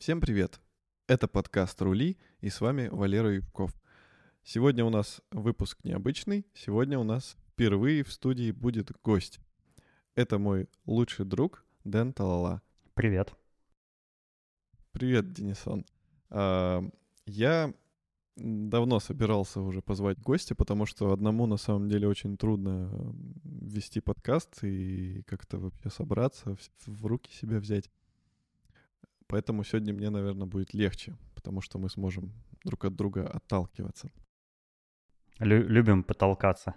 Всем привет! Это подкаст «Рули» и с вами Валера Юбков. Сегодня у нас выпуск необычный. Сегодня у нас впервые в студии будет гость. Это мой лучший друг Дэн Талала. Привет. Привет, Денисон. Я давно собирался уже позвать гостя, потому что одному на самом деле очень трудно вести подкаст и как-то вообще собраться, в руки себя взять. Поэтому сегодня мне, наверное, будет легче, потому что мы сможем друг от друга отталкиваться. Любим потолкаться.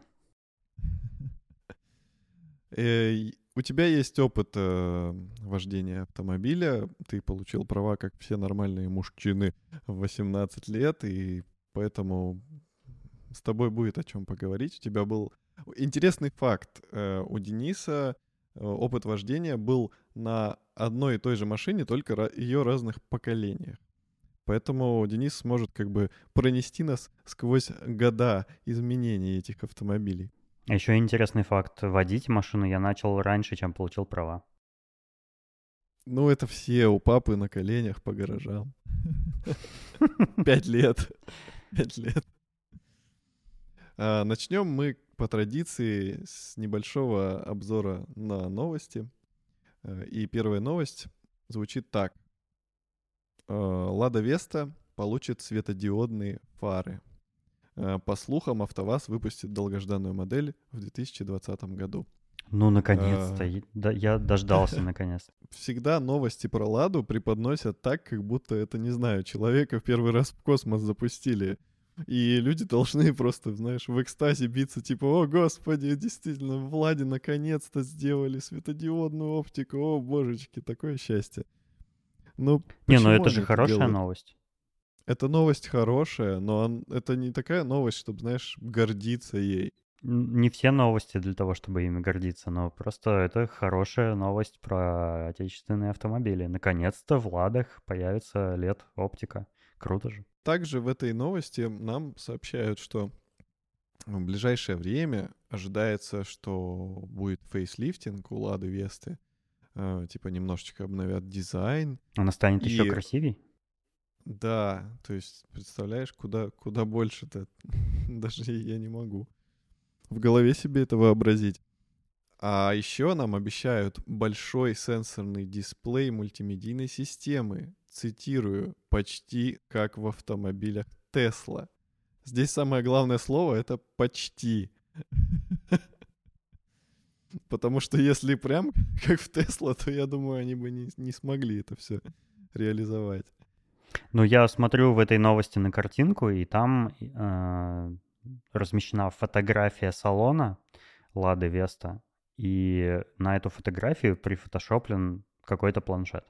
У тебя есть опыт вождения автомобиля. Ты получил права, как все нормальные мужчины, в 18 лет, и поэтому с тобой будет о чем поговорить. У тебя был интересный факт. У Дениса опыт вождения был на одной и той же машине, только ее разных поколениях. Поэтому Денис сможет как бы пронести нас сквозь года изменений этих автомобилей. Еще интересный факт. Водить машину я начал раньше, чем получил права. Ну, это все у папы на коленях по гаражам. 5 лет. 5 лет. Начнем мы по традиции с небольшого обзора на новости. И первая новость звучит так. Лада Веста получит светодиодные фары. По слухам, АвтоВАЗ выпустит долгожданную модель в 2020 году. Ну, наконец-то. Я дождался, наконец. Всегда новости про Ладу преподносят так, как будто это, не знаю, человека в первый раз в космос запустили. И люди должны просто, знаешь, в экстазе биться, типа, о, господи, действительно, в Ладе наконец-то сделали светодиодную оптику, о, божечки, такое счастье. Ну, ну это же хорошая новость. Это новость хорошая, но это не такая новость, чтобы, знаешь, гордиться ей. Не все новости для того, чтобы ими гордиться, но просто это хорошая новость про отечественные автомобили. Наконец-то в Ладах появится LED-оптика. Круто же. Также в этой новости нам сообщают, что в ближайшее время ожидается, что будет фейслифтинг у Лады Весты. Типа немножечко обновят дизайн. Она станет еще красивей? Да, то есть, представляешь, куда больше-то. Даже я не могу в голове себе это вообразить. А еще нам обещают большой сенсорный дисплей мультимедийной системы. Цитирую, почти как в автомобилях Tesla. Здесь самое главное слово — это «почти». Потому что если прям как в Tesla, то я думаю, они бы не смогли это все реализовать. Ну, я смотрю в этой новости на картинку, и там размещена фотография салона Лады Веста, и на эту фотографию прифотошоплен какой-то планшет.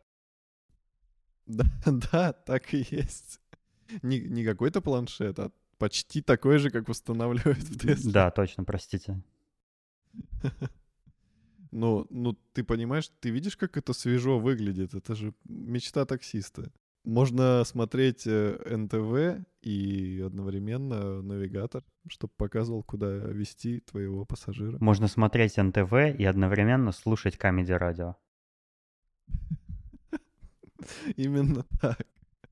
Да, так и есть. Не какой-то планшет, а почти такой же, как устанавливают в Тесле. Да, точно, простите. Ну, ты понимаешь, ты видишь, как это свежо выглядит? Это же мечта таксиста. Можно смотреть НТВ и одновременно навигатор, чтобы показывал, куда везти твоего пассажира. Можно смотреть НТВ и одновременно слушать Comedy Radio. Именно так.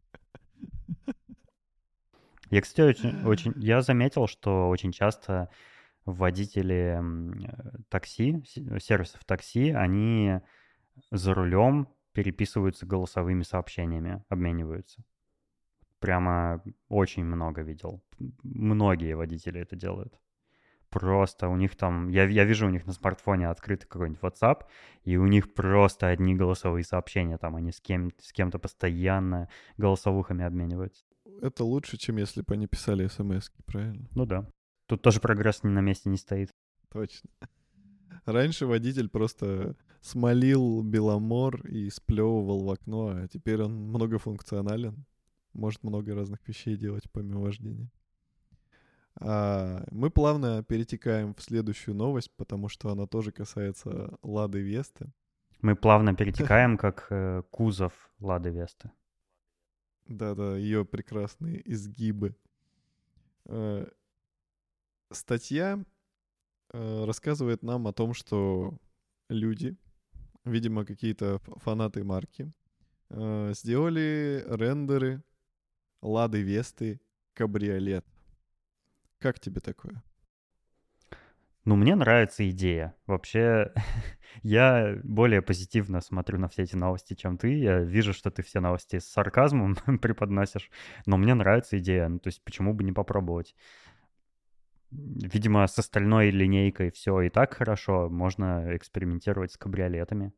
Я, кстати, я заметил, что очень часто водители такси, сервисов такси, они за рулем переписываются голосовыми сообщениями, обмениваются. Прямо очень много видел. Многие водители это делают. Просто у них там... Я вижу у них на смартфоне открытый какой-нибудь WhatsApp, и у них просто одни голосовые сообщения. Там они с кем-то постоянно голосовухами обмениваются. Это лучше, чем если бы они писали смс-ки, правильно? Ну да. Тут тоже прогресс на месте не стоит. Точно. Раньше водитель просто смолил Беломор и сплевывал в окно, а теперь он многофункционален. Может много разных вещей делать помимо вождения. Мы плавно перетекаем в следующую новость, потому что она тоже касается Лады Весты. Мы плавно перетекаем, как кузов Лады Весты. Да-да, ее прекрасные изгибы. Статья рассказывает нам о том, что люди, видимо, какие-то фанаты марки, сделали рендеры Лады Весты кабриолет. Как тебе такое? Ну, мне нравится идея. Вообще, я более позитивно смотрю на все эти новости, чем ты. Я вижу, что ты все новости с сарказмом преподносишь, но мне нравится идея. Ну, то есть почему бы не попробовать? Видимо, с остальной линейкой все и так хорошо. Можно экспериментировать с кабриолетами.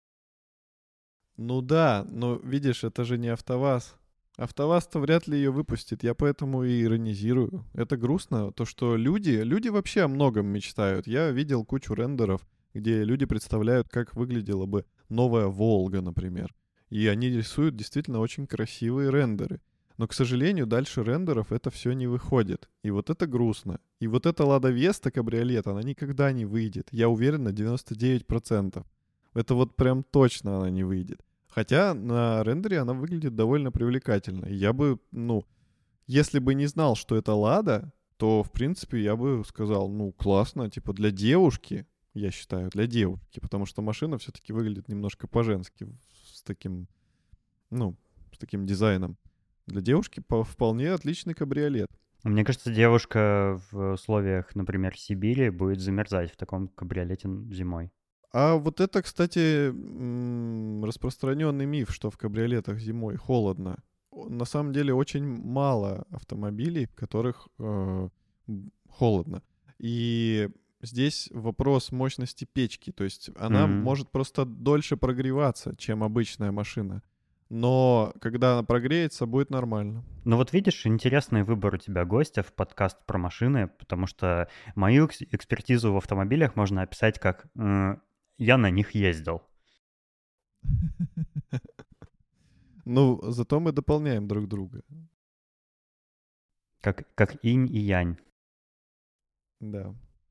Ну да, но видишь, это же не АвтоВАЗ. АвтоВАЗ-то вряд ли ее выпустит, я поэтому и иронизирую. Это грустно, то что люди вообще о многом мечтают. Я видел кучу рендеров, где люди представляют, как выглядела бы новая Волга, например. И они рисуют действительно очень красивые рендеры. Но, к сожалению, дальше рендеров это все не выходит. И вот это грустно. И вот эта Лада Веста кабриолет, она никогда не выйдет. Я уверен на 99%. Это вот прям точно она не выйдет. Хотя на рендере она выглядит довольно привлекательно. И я бы, ну, если бы не знал, что это Лада, то, в принципе, я бы сказал, ну, классно, типа для девушки, я считаю, для девушки, потому что машина все-таки выглядит немножко по-женски, с таким, ну, с таким дизайном. Для девушки вполне отличный кабриолет. Мне кажется, девушка в условиях, например, Сибири будет замерзать в таком кабриолете зимой. А вот это, кстати, распространенный миф, что в кабриолетах зимой холодно. На самом деле очень мало автомобилей, в которых холодно. И здесь вопрос мощности печки. То есть она может просто дольше прогреваться, чем обычная машина. Но когда она прогреется, будет нормально. Ну вот видишь, интересный выбор у тебя гостя в подкаст про машины, потому что мою экспертизу в автомобилях можно описать как «я на них ездил». Ну, зато мы дополняем друг друга. Как инь и янь. Да.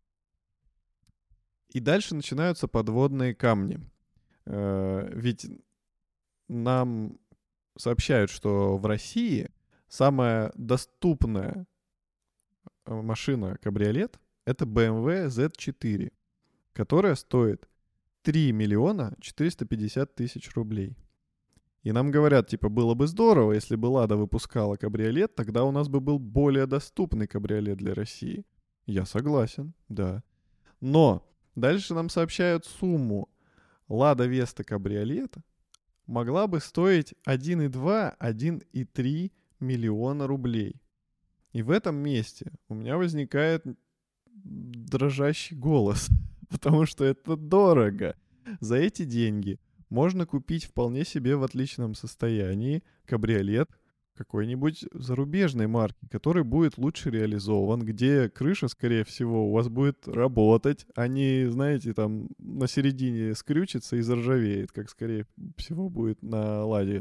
И дальше начинаются подводные камни. Ведь нам сообщают, что в России самая доступная машина кабриолет — это BMW Z4, которая стоит 3 миллиона 450 тысяч рублей. И нам говорят, типа, было бы здорово, если бы Лада выпускала кабриолет, тогда у нас бы был более доступный кабриолет для России. Я согласен, да. Но дальше нам сообщают сумму. Лада Веста кабриолет могла бы стоить 1,2-1,3 миллиона рублей. И в этом месте у меня возникает дрожащий голос, потому что это дорого. За эти деньги можно купить вполне себе в отличном состоянии кабриолет какой-нибудь зарубежной марки, который будет лучше реализован, где крыша, скорее всего, у вас будет работать, а не, знаете, там на середине скрючится и заржавеет, как, скорее всего, будет на Ладе.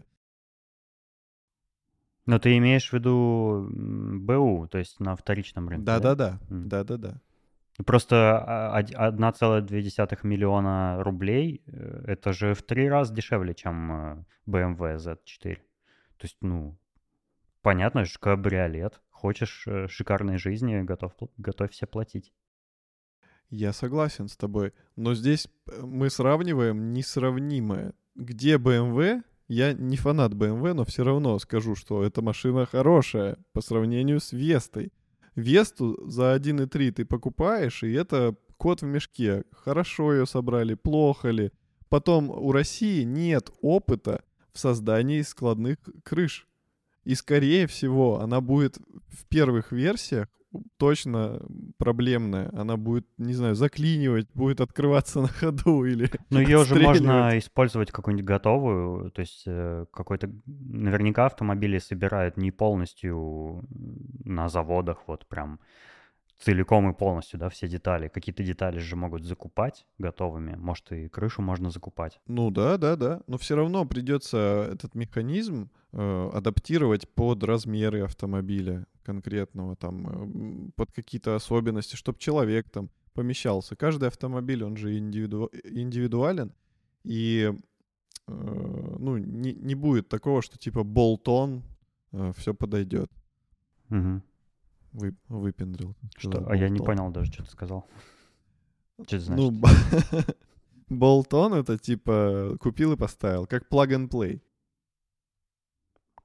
Но ты имеешь в виду БУ, то есть на вторичном рынке, да? Да-да-да, да-да-да. Просто 1,2 миллиона рублей — это же в 3 раза дешевле, чем BMW Z4. То есть, ну, понятно, что кабриолет. Хочешь шикарной жизни, готовься платить. Я согласен с тобой, но здесь мы сравниваем несравнимое. Где BMW? Я не фанат BMW, но все равно скажу, что эта машина хорошая по сравнению с Вестой. Весту за 1,3 ты покупаешь, и это кот в мешке. Хорошо ее собрали, плохо ли. Потом у России нет опыта в создании складных крыш. И, скорее всего, она будет в первых версиях точно проблемная. Она будет, не знаю, заклинивать, будет открываться на ходу или Ну, ее же отстреливать. можно использовать какую-нибудь готовую, то есть какой-то... Наверняка автомобили собирают не полностью на заводах, вот прям целиком и полностью, да, все детали. Какие-то детали же могут закупать готовыми. Может, и крышу можно закупать. Ну да, да, да. Но все равно придется этот механизм адаптировать под размеры автомобиля конкретного, там, под какие-то особенности, чтобы человек там помещался. Каждый автомобиль, он же индивидуален, и ну, не будет такого, что типа болт-он, все подойдет. Угу. Выпендрил. Что? А я не понял даже, что ты сказал. Что это значит? Ну, болт-он — это типа купил и поставил, как plug and play.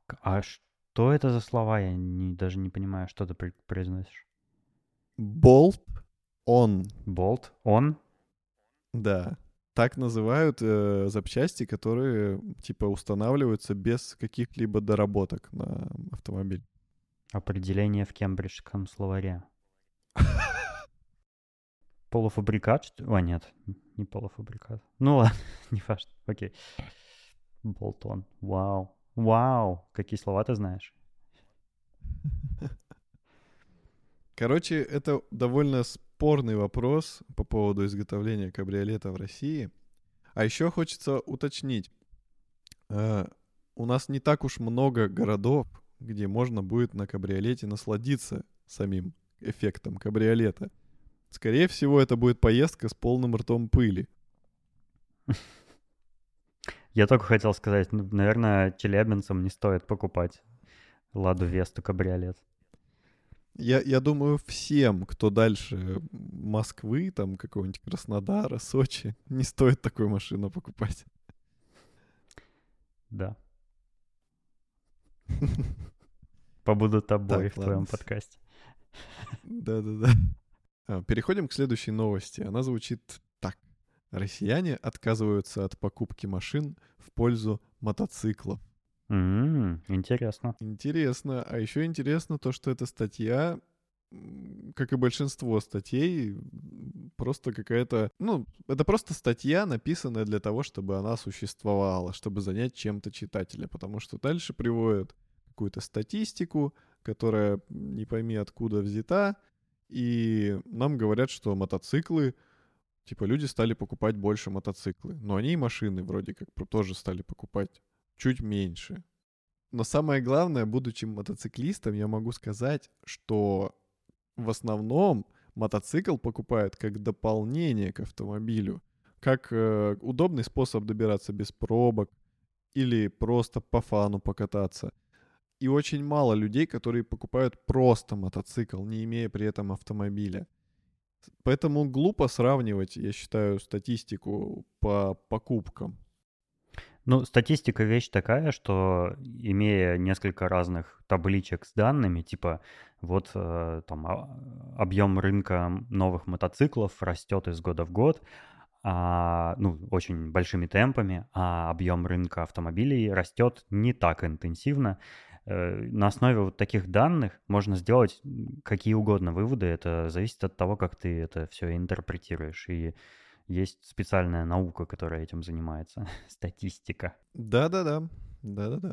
А что это за слова? Я даже не понимаю, что ты произносишь. Bolt on. Болт, он? Да. Так называют запчасти, которые типа устанавливаются без каких-либо доработок на автомобиль. Определение в кембриджском словаре. Полуфабрикат? О, нет, не полуфабрикат. Ну ладно, не важно. Окей. Болтон. Вау. Вау. Какие слова ты знаешь? Короче, это довольно спорный вопрос по поводу изготовления кабриолета в России. А еще хочется уточнить. У нас не так уж много городов, где можно будет на кабриолете насладиться самим эффектом кабриолета. Скорее всего, это будет поездка с полным ртом пыли. Я только хотел сказать, наверное, челябинцам не стоит покупать Ладу Весту кабриолет. Я думаю, всем, кто дальше Москвы, там какого-нибудь Краснодара, Сочи, не стоит такую машину покупать. Да. Побуду тобой Так, в твоем ладно. подкасте. Да-да-да. Переходим к следующей новости. Она звучит так. Россияне отказываются от покупки машин в пользу мотоциклов. Интересно. Интересно. А еще интересно то, что эта статья, как и большинство статей, просто какая-то... Ну, это просто статья, написанная для того, чтобы она существовала, чтобы занять чем-то читателя. Потому что дальше приводят какую-то статистику, которая не пойми откуда взята, и нам говорят, что мотоциклы... Типа люди стали покупать больше мотоциклы. Но они и машины вроде как тоже стали покупать чуть меньше. Но самое главное, будучи мотоциклистом, я могу сказать, что в основном мотоцикл покупают как дополнение к автомобилю, как удобный способ добираться без пробок или просто по фану покататься. И очень мало людей, которые покупают просто мотоцикл, не имея при этом автомобиля. Поэтому глупо сравнивать, я считаю, статистику по покупкам. Ну, статистика вещь такая, что имея несколько разных табличек с данными, типа вот там объем рынка новых мотоциклов растет из года в год, ну, очень большими темпами, а объем рынка автомобилей растет не так интенсивно. На основе вот таких данных можно сделать какие угодно выводы. Это зависит от того, как ты это все интерпретируешь. И есть специальная наука, которая этим занимается. Статистика. Да-да-да. Да-да-да.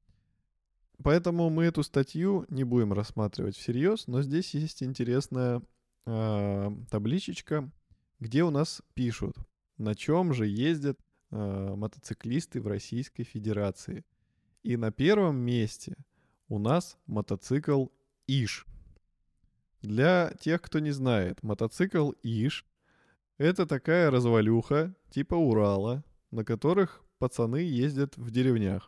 Поэтому мы эту статью не будем рассматривать всерьез, но здесь есть интересная табличечка, где у нас пишут, на чем же ездят мотоциклисты в Российской Федерации. И на первом месте у нас мотоцикл Иж. Для тех, кто не знает, мотоцикл Иж — это такая развалюха типа Урала, на которых пацаны ездят в деревнях.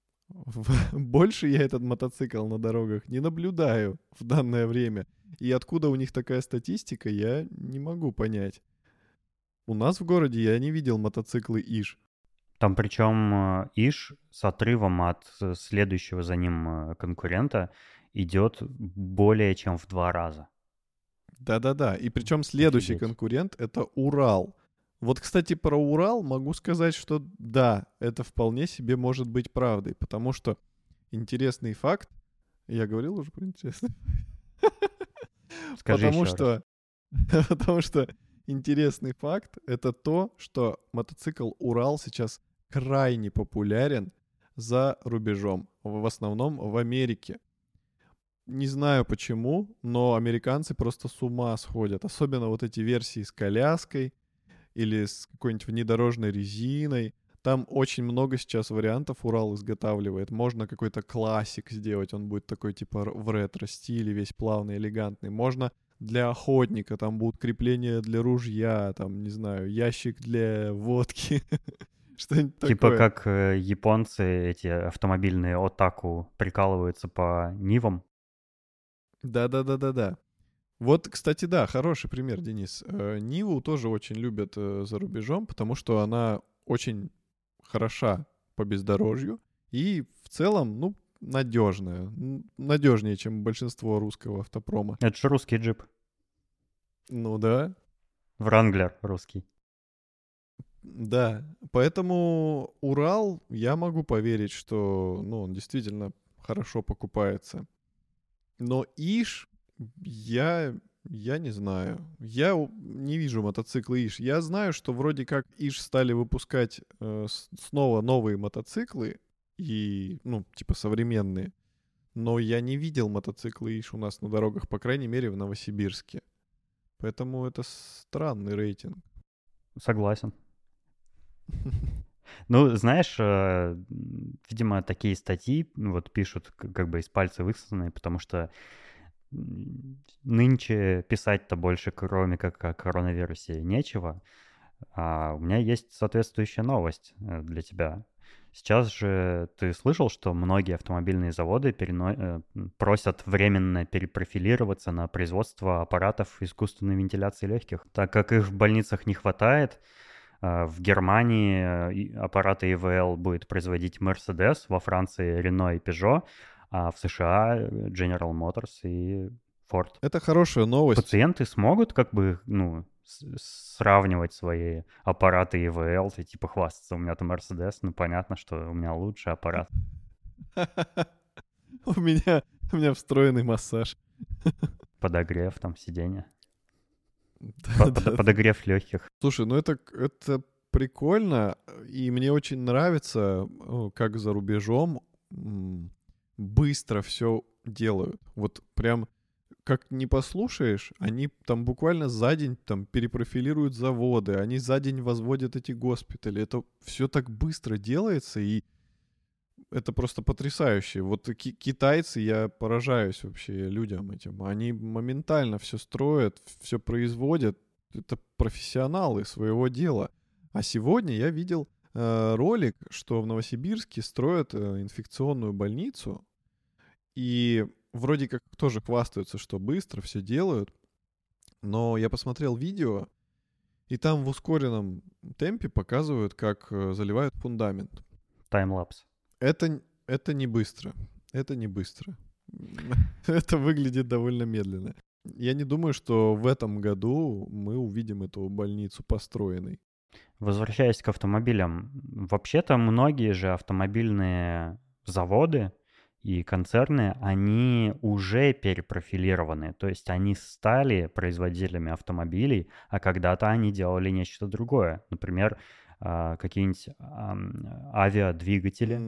Больше я этот мотоцикл на дорогах не наблюдаю в данное время. И откуда у них такая статистика, я не могу понять. У нас в городе я не видел мотоциклы Иж. Там причем Иж с отрывом от следующего за ним конкурента идет более чем в 2 раза. Да-да-да. И причем следующий Офигеть. конкурент — это Урал. Вот, кстати, про Урал могу сказать, что да, это вполне себе может быть правдой, потому что интересный факт... Я говорил уже про интересный Скажи Потому еще раз. что... Потому что интересный факт — это то, что мотоцикл Урал сейчас крайне популярен за рубежом, в основном в Америке. Не знаю почему, но американцы просто с ума сходят. Особенно вот эти версии с коляской или с какой-нибудь внедорожной резиной. Там очень много сейчас вариантов Урал изготавливает. Можно какой-то классик сделать, он будет такой типа в ретро-стиле, весь плавный, элегантный. Можно для охотника, там будут крепления для ружья, там, не знаю, ящик для водки. Что-нибудь Типа такое. как японцы, эти автомобильные отаку, прикалываются по Нивам. Да-да-да-да-да. Вот, кстати, да, хороший пример, Денис. Ниву тоже очень любят за рубежом, потому что она очень хороша по бездорожью. И в целом, ну, надежная. Надежнее, чем большинство русского автопрома. Это же русский джип. Ну да. Вранглер русский. Да, поэтому Урал, я могу поверить, что, ну, он действительно хорошо покупается. Но Иш, я не знаю. Не вижу мотоциклы Иш. Я знаю, что вроде как Иш стали выпускать снова новые мотоциклы и, ну, типа современные. Но я не видел мотоциклы Иш у нас на дорогах, по крайней мере, в Новосибирске. Поэтому это странный рейтинг. Согласен. Ну, знаешь, видимо, такие статьи вот пишут как бы из пальца высосанные, потому что нынче писать-то больше, кроме как о коронавирусе, нечего. А у меня есть соответствующая новость для тебя. Сейчас же ты слышал, что многие автомобильные заводы просят временно перепрофилироваться на производство аппаратов искусственной вентиляции легких, так как их в больницах не хватает. В Германии аппараты EVL будет производить Mercedes, во Франции Renault и Peugeot, а в США General Motors и Ford. Это хорошая новость. Пациенты смогут как бы, ну, сравнивать свои аппараты EVL, и типа хвастаться, у меня там Mercedes, ну понятно, что у меня лучший аппарат. У меня встроенный массаж. Подогрев там сиденья. Подогрев легких. Слушай, ну это прикольно, и мне очень нравится, как за рубежом быстро все делают. Вот прям как не послушаешь, они там буквально за день там перепрофилируют заводы, они за день возводят эти госпитали. Это все так быстро делается, и это просто потрясающе. Вот китайцы, я поражаюсь вообще людям этим. Они моментально все строят, все производят. Это профессионалы своего дела. А сегодня я видел ролик, что в Новосибирске строят инфекционную больницу. И вроде как тоже хвастаются, что быстро все делают. Но я посмотрел видео, и там в ускоренном темпе показывают, как заливают фундамент. Таймлапс. Это не быстро. Это не быстро. Это выглядит довольно медленно. Я не думаю, что в этом году мы увидим эту больницу построенной. Возвращаясь к автомобилям, вообще-то многие же автомобильные заводы и концерны, они уже перепрофилированы, то есть они стали производителями автомобилей, а когда-то они делали нечто другое. Например, какие-нибудь авиадвигатели,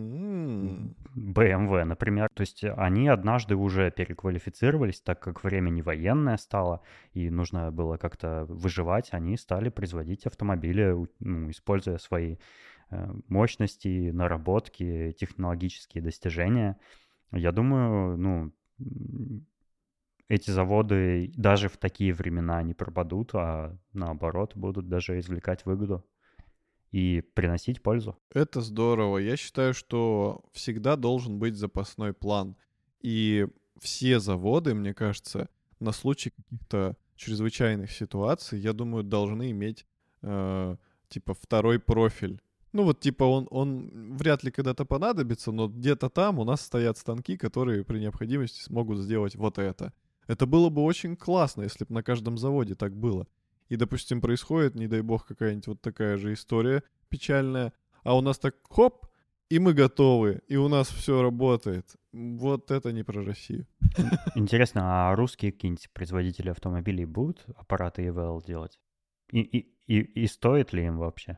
BMW, например. То есть они однажды уже переквалифицировались, так как время не военное стало, и нужно было как-то выживать, они стали производить автомобили, ну, используя свои мощности, наработки, технологические достижения. Я думаю, ну, эти заводы даже в такие времена не пропадут, а наоборот будут даже извлекать выгоду и приносить пользу. Это здорово. Я считаю, что всегда должен быть запасной план. И все заводы, мне кажется, на случай каких-то чрезвычайных ситуаций, я думаю, должны иметь типа второй профиль. Ну вот типа он вряд ли когда-то понадобится, но где-то там у нас стоят станки, которые при необходимости смогут сделать вот это. Это было бы очень классно, если бы на каждом заводе так было. И, допустим, происходит, не дай бог, какая-нибудь вот такая же история печальная, а у нас так хоп, и мы готовы, и у нас все работает. Вот это не про Россию. Интересно, а русские какие-нибудь производители автомобилей будут аппараты EVL делать? И стоит ли им вообще?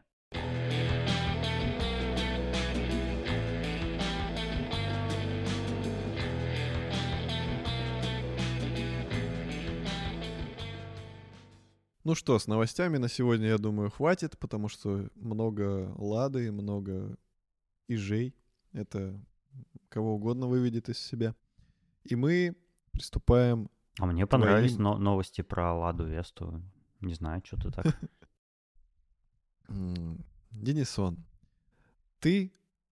Ну что, с новостями на сегодня, я думаю, хватит, потому что много лады, много ижей. Это кого угодно выведет из себя. И мы приступаем. А мне понравились новости про Ладу Весту. Не знаю, что-то так. Денисон, ты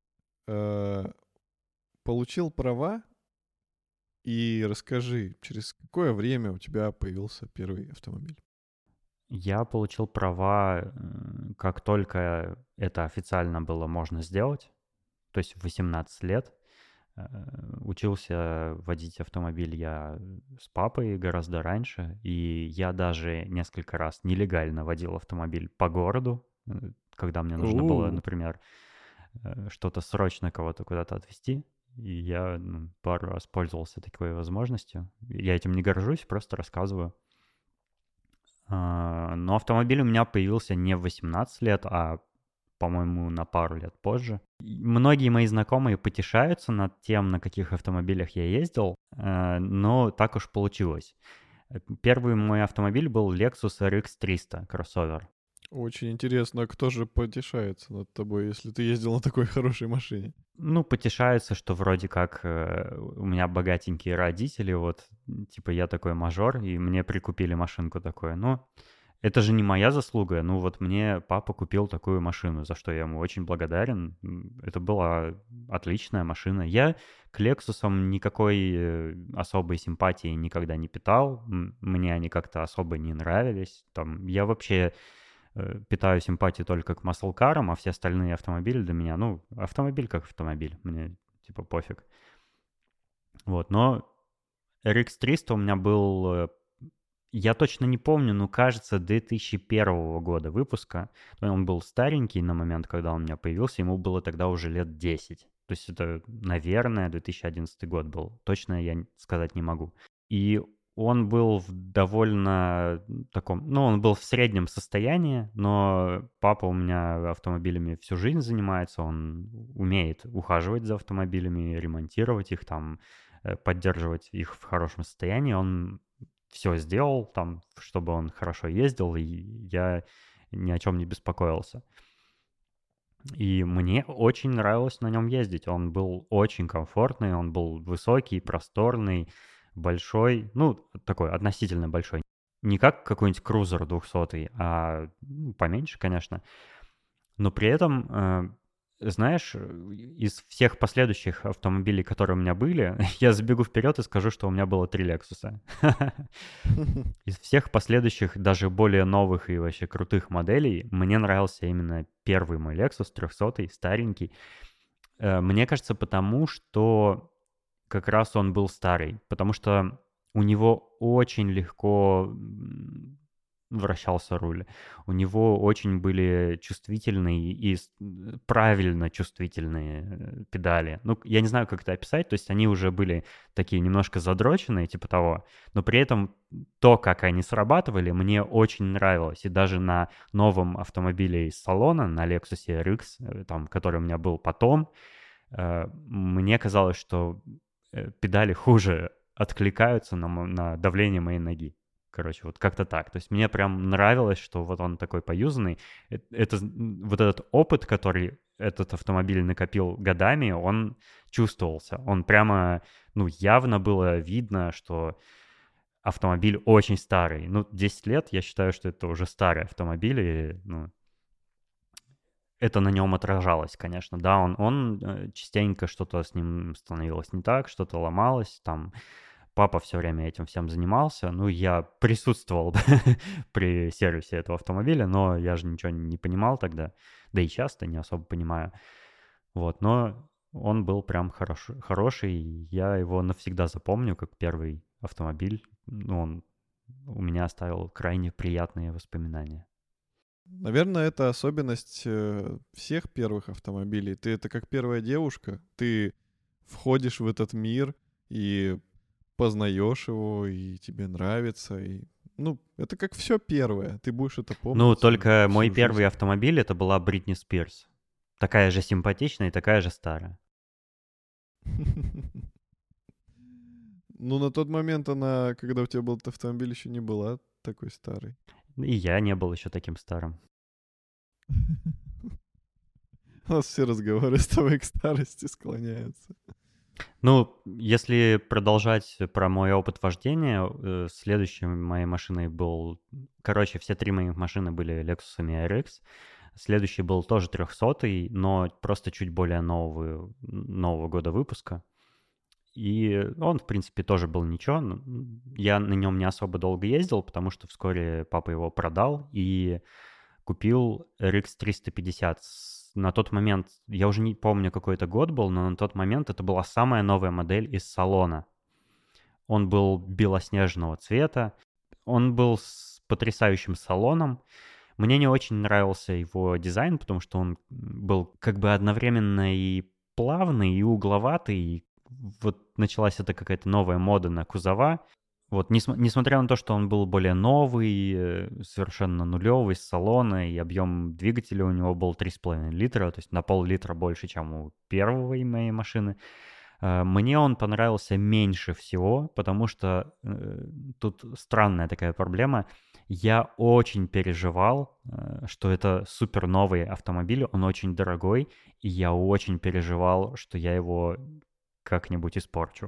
получил права, и расскажи, через какое время у тебя появился первый автомобиль? Я получил права, как только это официально было можно сделать, то есть в 18 лет. Учился водить автомобиль я с папой гораздо раньше, и я даже несколько раз нелегально водил автомобиль по городу, когда мне нужно было, У, например, что-то срочно кого-то куда-то отвезти. И я пару раз пользовался такой возможностью. Я этим не горжусь, просто рассказываю. Но автомобиль у меня появился не в 18 лет, а, по-моему, на пару лет позже. И многие мои знакомые потешаются над тем, на каких автомобилях я ездил, но так уж получилось. Первый мой автомобиль был Lexus RX 300 кроссовер. очень интересно, кто же потешается над тобой, если ты ездил на такой хорошей машине? Ну, потешаются, что вроде как у меня богатенькие родители, вот, типа я такой мажор, и мне прикупили машинку такую. Но это же не моя заслуга, ну вот мне папа купил такую машину, за что я ему очень благодарен. Это была отличная машина. Я к Лексусам никакой особой симпатии никогда не питал, мне они как-то особо не нравились. Там, я вообще питаю симпатию только к маслкарам, а все остальные автомобили для меня, ну, автомобиль как автомобиль, мне типа пофиг. Вот, но RX 300 у меня был, я точно не помню, но кажется, 2001 года выпуска. Он был старенький на момент, когда он у меня появился, ему было тогда уже лет 10. То есть это, наверное, 2011 год был. Точно я сказать не могу. И он был в довольно таком, ну, он был в среднем состоянии, но папа у меня автомобилями всю жизнь занимается, он умеет ухаживать за автомобилями, ремонтировать их, там, поддерживать их в хорошем состоянии. Он все сделал там, чтобы он хорошо ездил, и я ни о чем не беспокоился. И мне очень нравилось на нем ездить. Он был очень комфортный, он был высокий, просторный, большой, ну, такой относительно большой. Не как какой-нибудь крузер 200, а поменьше, конечно. Но при этом, знаешь, из всех последующих автомобилей, которые у меня были, я забегу вперед и скажу, что у меня было 3 Лексуса. Из всех последующих, даже более новых и вообще крутых моделей, мне нравился именно первый мой Lexus 300, старенький. Мне кажется, потому что как раз он был старый, потому что у него очень легко вращался руль. У него очень были чувствительные и правильно чувствительные педали. Ну, я не знаю, как это описать, то есть они уже были такие немножко задроченные, типа того, но при этом то, как они срабатывали, мне очень нравилось. И даже на новом автомобиле из салона, на Lexus RX, там, который у меня был потом, мне казалось, что педали хуже откликаются на давление моей ноги. Короче, вот как-то так. То есть мне прям нравилось, что вот он такой поюзанный. Вот этот опыт, который этот автомобиль накопил годами, он чувствовался. Он прямо, ну, явно было видно, что автомобиль очень старый. Ну, 10 лет, я считаю, что это уже старый автомобиль, и, ну, это на нем отражалось, конечно, да, он частенько что-то с ним становилось не так, что-то ломалось, там папа все время этим всем занимался, ну, я присутствовал при сервисе этого автомобиля, но я же ничего не понимал тогда, да и часто не особо понимаю, вот, но он был прям хороший, и я его навсегда запомню как первый автомобиль, ну, он у меня оставил крайне приятные воспоминания. Наверное, это особенность всех первых автомобилей. Ты это как первая девушка, ты входишь в этот мир и познаешь его, и тебе нравится. И, ну, это как все первое. Ты будешь это Ну, помнить только мой всю первый жизнь. автомобиль это была Бритни Спирс. Такая же симпатичная и такая же старая. Ну, на тот момент она, когда у тебя был этот автомобиль, еще не была такой старой. И я не был еще таким старым. У нас все разговоры с тобой к старости склоняются. Ну, если продолжать про мой опыт вождения, следующей моей машиной был... Короче, все 3 моих машины были Lexus RX. Следующий был тоже 300, но просто чуть более нового года выпуска. И он, в принципе, тоже был ничего. Я на нем не особо долго ездил, потому что вскоре папа его продал и купил RX 350 на тот момент, я уже не помню, какой это год был, но на тот момент это была самая новая модель из салона. Он был белоснежного цвета, он был с потрясающим салоном. Мне не очень нравился его дизайн, потому что он был как бы одновременно и плавный, и угловатый. И вот началась эта какая-то новая мода на кузова. Вот, несмотря на то, что он был более новый, совершенно нулевый, с салона, и объем двигателя у него был 3,5 литра, то есть на пол-литра больше, чем у первой моей машины. Мне он понравился меньше всего, потому что тут странная такая проблема. Я очень переживал, что это супер новый автомобиль, он очень дорогой, и я очень переживал, что я его как-нибудь испорчу.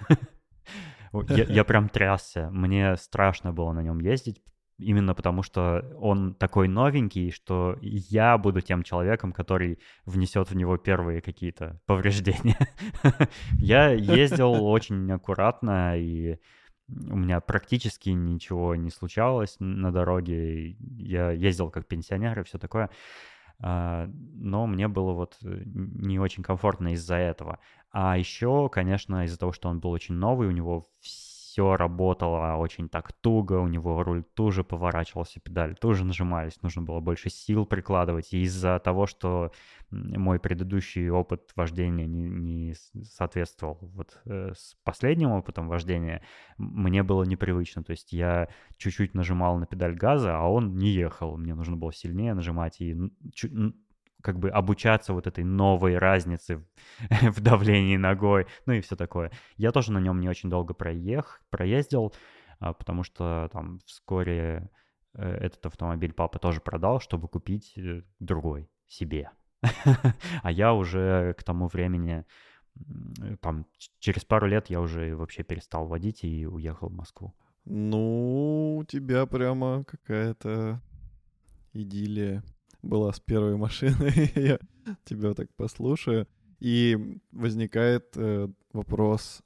Я прям трясся, мне страшно было на нем ездить, именно потому что он такой новенький, что я буду тем человеком, который внесет в него первые какие-то повреждения. Я ездил очень аккуратно, и у меня практически ничего не случалось на дороге. Я ездил как пенсионер и все такое. Но мне было вот не очень комфортно из-за этого. А еще, конечно, из-за того, что он был очень новый, у него все работало очень так туго, у него руль туже поворачивался, педаль тоже нажимались, нужно было больше сил прикладывать. И из-за того, что мой предыдущий опыт вождения не соответствовал вот с последним опытом вождения, мне было непривычно. То есть я чуть-чуть нажимал на педаль газа, а он не ехал. Мне нужно было сильнее нажимать и как бы обучаться вот этой новой разнице в давлении ногой, ну и все такое. Я тоже на нем не очень долго проездил, потому что там вскоре этот автомобиль папа тоже продал, чтобы купить другой себе. А я уже к тому времени, там, через пару лет я уже вообще перестал водить и уехал в Москву. Ну, у тебя прямо какая-то идиллия была с первой машиной. Я тебя так послушаю. И возникает вопрос,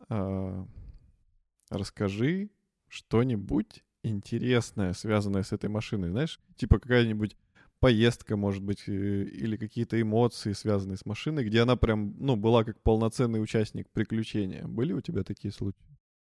расскажи что-нибудь интересное, связанное с этой машиной. Знаешь, типа какая-нибудь поездка, может быть, или какие-то эмоции, связанные с машиной, где она прям, ну, была как полноценный участник приключения. Были у тебя такие случаи?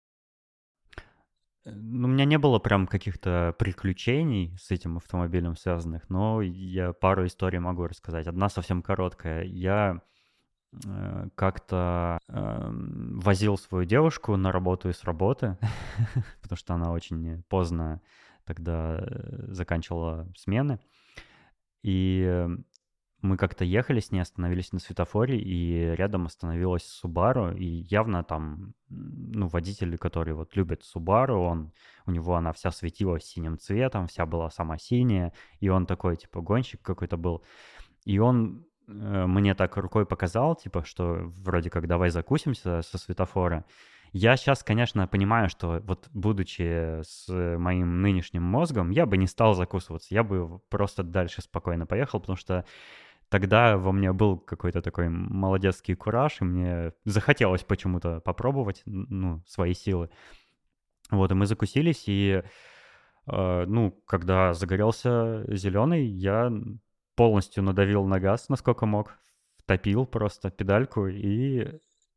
Ну, у меня не было прям каких-то приключений с этим автомобилем связанных, но я пару историй могу рассказать. Одна совсем короткая. Я как-то возил свою девушку на работу и с работы, потому что она очень поздно тогда заканчивала смены. И мы как-то ехали с ней, остановились на светофоре, и рядом остановилась Subaru, и явно там, ну, водитель, который вот любит Subaru, у него она вся светилась синим цветом, вся была сама синяя, и он такой, типа, гонщик какой-то был. И он мне так рукой показал, типа, что вроде как давай закусимся со светофора. Я сейчас, конечно, понимаю, что вот будучи с моим нынешним мозгом, я бы не стал закусываться, я бы просто дальше спокойно поехал, потому что тогда во мне был какой-то такой молодецкий кураж, и мне захотелось почему-то попробовать, ну, свои силы. Вот, и мы закусились, и, ну, когда загорелся зеленый, я полностью надавил на газ, насколько мог, втопил просто педальку, и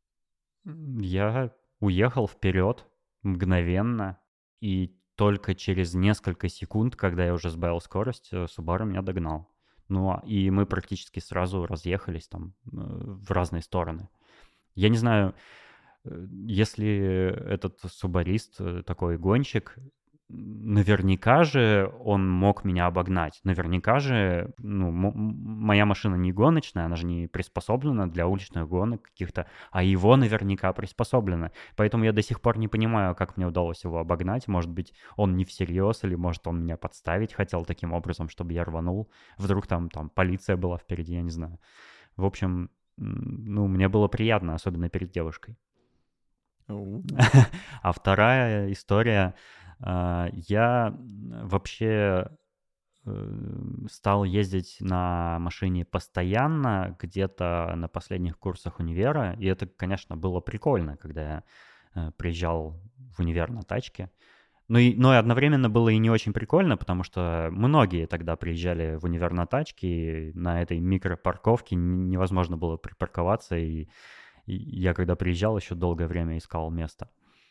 я уехал вперед мгновенно, и только через несколько секунд, когда я уже сбавил скорость, Subaru меня догнал. Ну, и мы практически сразу разъехались там в разные стороны. Я не знаю, если этот субарист такой гонщик, наверняка же он мог меня обогнать. Наверняка же, ну, моя машина не гоночная, она же не приспособлена для уличных гонок каких-то, а его наверняка приспособлена. Поэтому я до сих пор не понимаю, как мне удалось его обогнать. Может быть, он не всерьез, или может он меня подставить хотел таким образом, чтобы я рванул. Вдруг там полиция была впереди, я не знаю. В общем, ну, мне было приятно, особенно перед девушкой. А вторая история. Я вообще стал ездить на машине постоянно, где-то на последних курсах универа. И это, конечно, было прикольно, когда я приезжал в универ на тачке. Но и одновременно было и не очень прикольно, потому что многие тогда приезжали в универ на тачке, и на этой микропарковке невозможно было припарковаться, и я когда приезжал, еще долгое время искал место.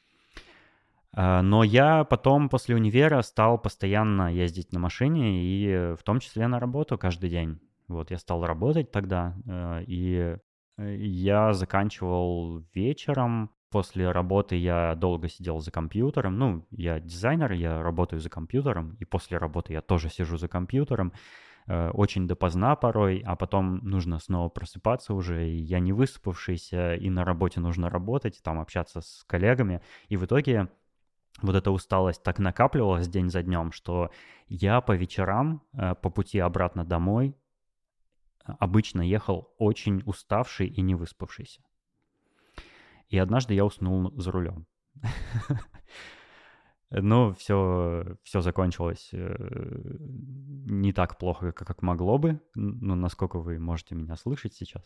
Но я потом после универа стал постоянно ездить на машине, и в том числе на работу каждый день. Вот, я стал работать тогда, и я заканчивал вечером. После работы я долго сидел за компьютером. Ну, я дизайнер, я работаю за компьютером, и после работы я тоже сижу за компьютером. Очень допоздна порой, а потом нужно снова просыпаться уже, и я не выспавшийся, и на работе нужно работать, там общаться с коллегами. И в итоге вот эта усталость так накапливалась день за днем, что я по вечерам, по пути обратно домой, обычно ехал очень уставший и не выспавшийся. И однажды я уснул за рулем. Но все закончилось не так плохо, как могло бы. Ну, насколько вы можете меня слышать сейчас.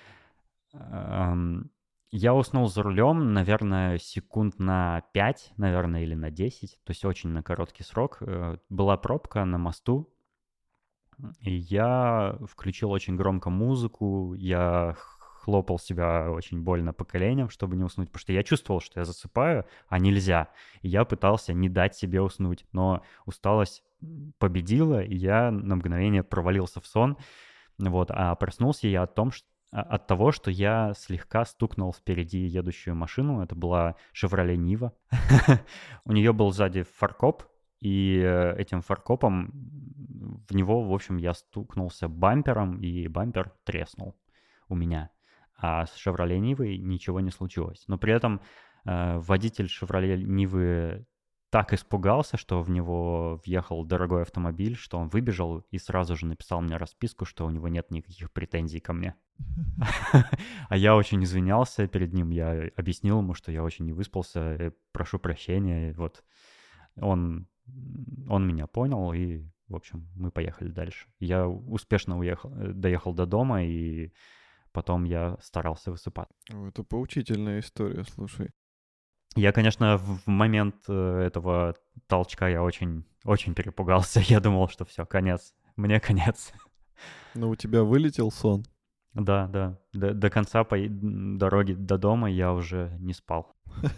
Я уснул за рулем, наверное, секунд на 5, наверное, или на 10. То есть очень на короткий срок. Была пробка на мосту. И я включил очень громко музыку. Я хлопал себя очень больно по коленям, чтобы не уснуть, потому что я чувствовал, что я засыпаю, а нельзя. И я пытался не дать себе уснуть, но усталость победила, и я на мгновение провалился в сон. Вот, а проснулся я от того, что я слегка стукнул впереди едущую машину. Это была Chevrolet Niva. У нее был сзади фаркоп, и этим фаркопом в него, в общем, я стукнулся бампером, и бампер треснул у меня. А с Chevrolet Nivы ничего не случилось. Но при этом водитель Chevrolet Nivы так испугался, что в него въехал дорогой автомобиль, что он выбежал и сразу же написал мне расписку, что у него нет никаких претензий ко мне. А я очень извинялся перед ним, я объяснил ему, что я очень не выспался, прошу прощения. Вот он меня понял, и, в общем, мы поехали дальше. Я успешно доехал до дома, и потом я старался высыпаться. Это поучительная история, слушай. Я, конечно, в момент этого толчка я очень, очень перепугался. Я думал, что все, конец. Мне конец. Но у тебя вылетел сон? Да, да. До конца дороги до дома я уже не спал.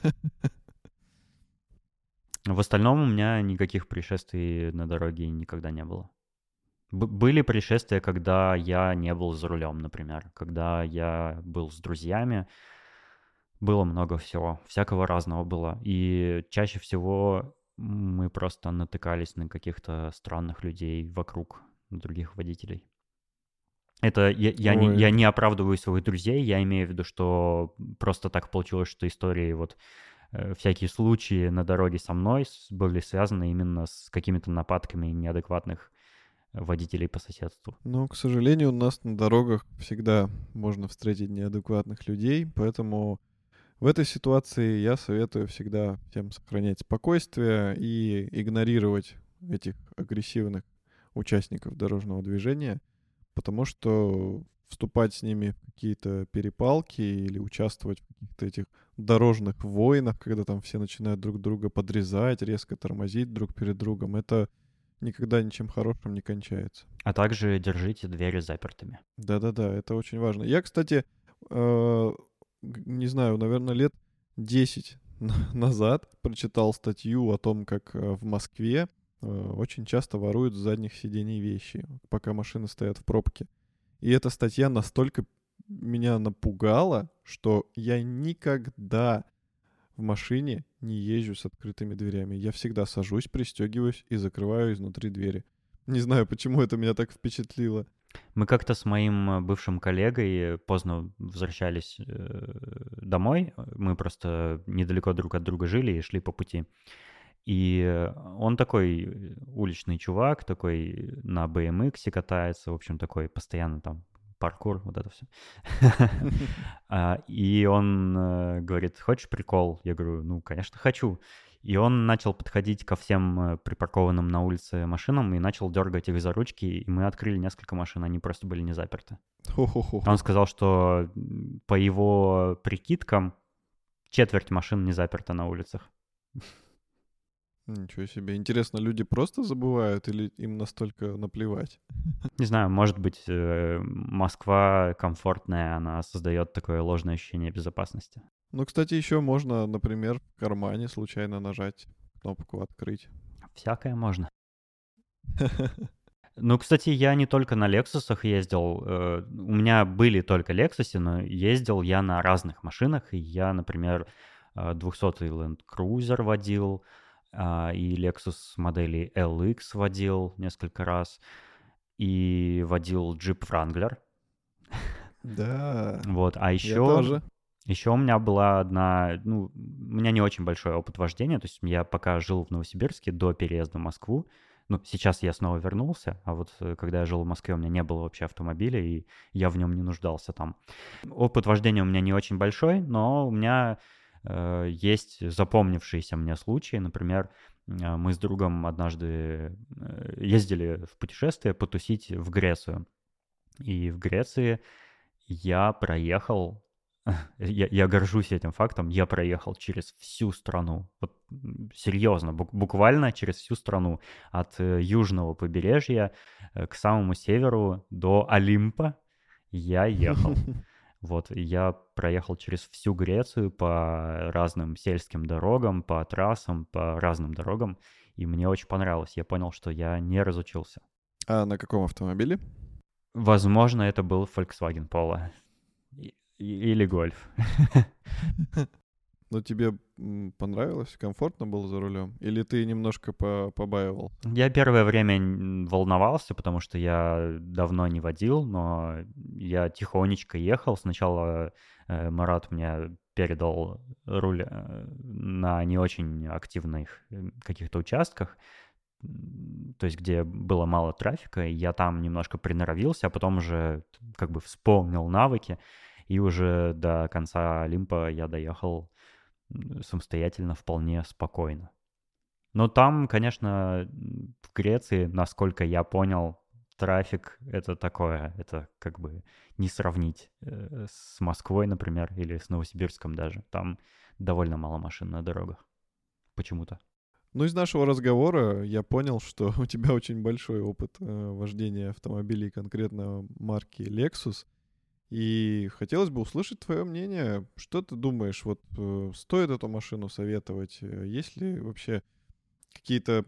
В остальном у меня никаких происшествий на дороге никогда не было. Были происшествия, когда я не был за рулем, например. Когда я был с друзьями, было много всего, всякого разного было. И чаще всего мы просто натыкались на каких-то странных людей вокруг, других водителей. Это я не оправдываю своих друзей, я имею в виду, что просто так получилось, что истории вот всякие случаи на дороге со мной были связаны именно с какими-то нападками неадекватных водителей по соседству. Ну, к сожалению, у нас на дорогах всегда можно встретить неадекватных людей, поэтому в этой ситуации я советую всегда всем сохранять спокойствие и игнорировать этих агрессивных участников дорожного движения, потому что вступать с ними в какие-то перепалки или участвовать в каких-то этих дорожных войнах, когда там все начинают друг друга подрезать, резко тормозить друг перед другом, это никогда ничем хорошим не кончается. А также держите двери запертыми. Да-да-да, это очень важно. Я, кстати, не знаю, наверное, лет 10 назад прочитал статью о том, как в Москве очень часто воруют с задних сидений вещи, пока машины стоят в пробке. И эта статья настолько меня напугала, что я никогда в машине не езжу с открытыми дверями. Я всегда сажусь, пристегиваюсь и закрываю изнутри двери. Не знаю, почему это меня так впечатлило. Мы как-то с моим бывшим коллегой поздно возвращались домой. Мы просто недалеко друг от друга жили и шли по пути. И он такой уличный чувак, такой на BMX катается, в общем, такой постоянно там паркур, вот это все. И он говорит, хочешь прикол? Я говорю, ну, конечно, хочу. И он начал подходить ко всем припаркованным на улице машинам и начал дергать их за ручки, и мы открыли несколько машин, они просто были не заперты. Он сказал, что по его прикидкам четверть машин не заперта на улицах. Ничего себе. Интересно, люди просто забывают или им настолько наплевать? Не знаю, может быть, Москва комфортная, она создает такое ложное ощущение безопасности. Ну, кстати, еще можно, например, в кармане случайно нажать кнопку «Открыть». Всякое можно. Ну, кстати, я не только на Лексусах ездил. У меня были только Лексусы, но ездил я на разных машинах. И я, например, 200-й Land Cruiser водил, и Lexus модели LX водил несколько раз, и водил Jeep Wrangler. Да, Вот, а я еще, тоже. еще у меня была одна, ну, у меня не очень большой опыт вождения, то есть я пока жил в Новосибирске до переезда в Москву, ну, сейчас я снова вернулся, а вот когда я жил в Москве, у меня не было вообще автомобиля, и я в нем не нуждался там. Опыт вождения у меня не очень большой, но у меня есть запомнившиеся мне случаи. Например, мы с другом однажды ездили в путешествие потусить в Грецию. И в Греции я проехал, я горжусь этим фактом, я проехал через всю страну. Вот серьезно, буквально через всю страну. От южного побережья к самому северу до Олимпа я ехал. Вот, и я проехал через всю Грецию по разным сельским дорогам, по трассам, по разным дорогам, и мне очень понравилось. Я понял, что я не разучился. А на каком автомобиле? Возможно, это был Volkswagen Polo или Golf. Ну, тебе понравилось? Комфортно было за рулем? Или ты немножко побаивал? Я первое время волновался, потому что я давно не водил, но я тихонечко ехал. Сначала Марат мне передал руль на не очень активных каких-то участках, то есть где было мало трафика, и я там немножко приноровился, а потом уже как бы вспомнил навыки, и уже до конца Олимпа я доехал самостоятельно вполне спокойно. Но там, конечно, в Греции, насколько я понял, трафик это такое, это как бы не сравнить с Москвой, например, или с Новосибирском даже. Там довольно мало машин на дорогах почему-то. Ну, из нашего разговора я понял, что у тебя очень большой опыт вождения автомобилей, конкретно марки Lexus. И хотелось бы услышать твое мнение. Что ты думаешь, вот стоит эту машину советовать? Есть ли вообще какие-то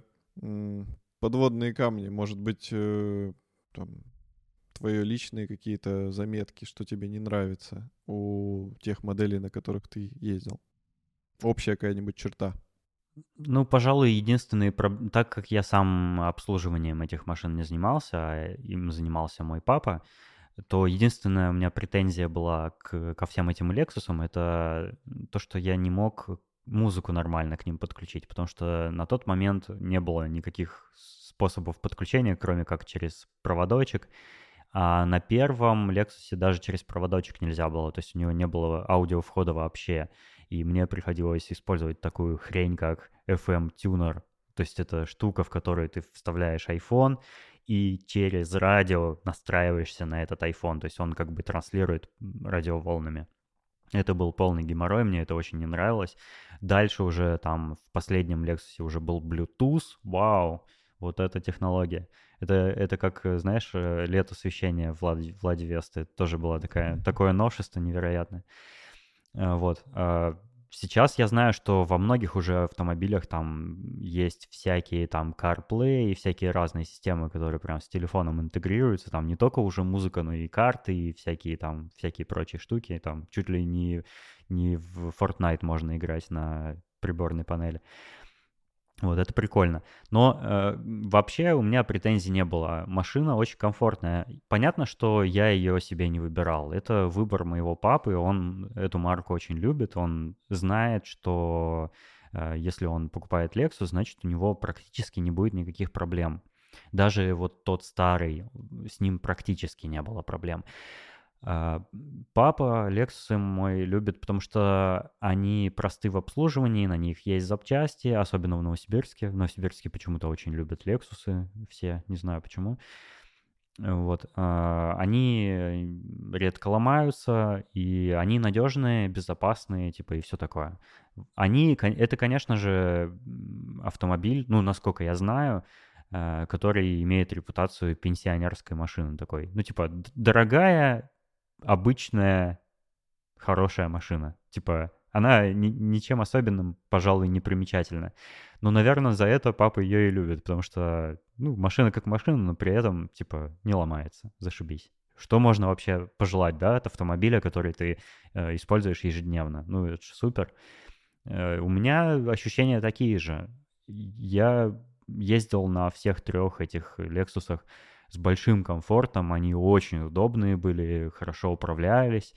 подводные камни? Может быть, там, твои личные какие-то заметки, что тебе не нравится у тех моделей, на которых ты ездил? Общая какая-нибудь черта? Ну, пожалуй, единственный, так как я сам обслуживанием этих машин не занимался, а им занимался мой папа, то единственная у меня претензия была ко всем этим Лексусам, это то, что я не мог музыку нормально к ним подключить, потому что на тот момент не было никаких способов подключения, кроме как через проводочек. А на первом Lexus даже через проводочек нельзя было, то есть у него не было аудиовхода вообще. И мне приходилось использовать такую хрень, как FM-тюнер. То есть это штука, в которую ты вставляешь iPhone и через радио настраиваешься на этот iPhone. То есть он как бы транслирует радиоволнами. Это был полный геморрой, мне это очень не нравилось. Дальше уже там в последнем Lexus уже был Bluetooth. Вау, вот эта технология. Это как, знаешь, летосвещение Влади Весты. Тоже было такое новшество невероятное. Вот. Сейчас я знаю, что во многих уже автомобилях там есть всякие там CarPlay и всякие разные системы, которые прям с телефоном интегрируются. Там не только уже музыка, но и карты, и всякие прочие штуки. Там чуть ли не в Fortnite можно играть на приборной панели. Вот, это прикольно. Но вообще у меня претензий не было. Машина очень комфортная. Понятно, что я ее себе не выбирал. Это выбор моего папы. Он эту марку очень любит. Он знает, что если он покупает Lexus, значит у него практически не будет никаких проблем. Даже вот тот старый, с ним практически не было проблем. Папа Lexus мой любит, потому что они просты в обслуживании, на них есть запчасти, особенно в Новосибирске. В Новосибирске почему-то очень любят Lexus все, не знаю почему. Вот. Они редко ломаются, и они надежные, безопасные, типа, и все такое. Это, конечно же, автомобиль, ну, насколько я знаю, который имеет репутацию пенсионерской машины такой. Ну, типа, дорогая, обычная, хорошая машина. Типа, она ничем особенным, пожалуй, не примечательна. Но, наверное, за это папа ее и любит, потому что, ну, машина как машина, но при этом, типа, не ломается. Зашибись. Что можно вообще пожелать, да, от автомобиля, который ты используешь ежедневно? Ну, это же супер. У меня ощущения такие же. Я ездил на всех трех этих Лексусах с большим комфортом, они очень удобные были, хорошо управлялись.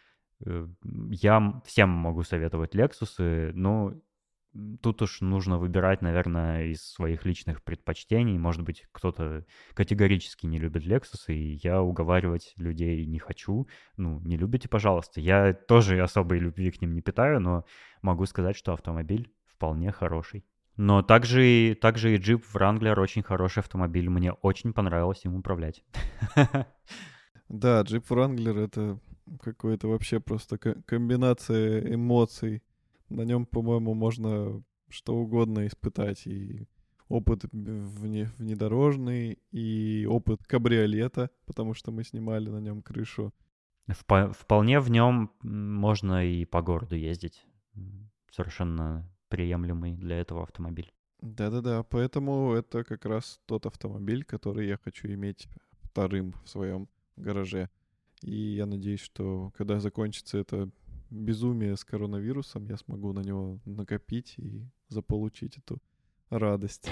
Я всем могу советовать Лексусы, но тут уж нужно выбирать, наверное, из своих личных предпочтений. Может быть, кто-то категорически не любит Lexus, и я уговаривать людей не хочу. Ну, не любите, пожалуйста. Я тоже особой любви к ним не питаю, но могу сказать, что автомобиль вполне хороший. Но также и Jeep Wrangler очень хороший автомобиль. Мне очень понравилось им управлять. Да, Jeep Wrangler — это какой-то вообще просто комбинация эмоций. На нем, по-моему, можно что угодно испытать. И опыт внедорожный, и опыт кабриолета, потому что мы снимали на нем крышу. Вполне в нем можно и по городу ездить. Совершенно приемлемый для этого автомобиль. Да-да-да, поэтому это как раз тот автомобиль, который я хочу иметь вторым в своем гараже. И я надеюсь, что когда закончится это безумие с коронавирусом, я смогу на него накопить и заполучить эту радость.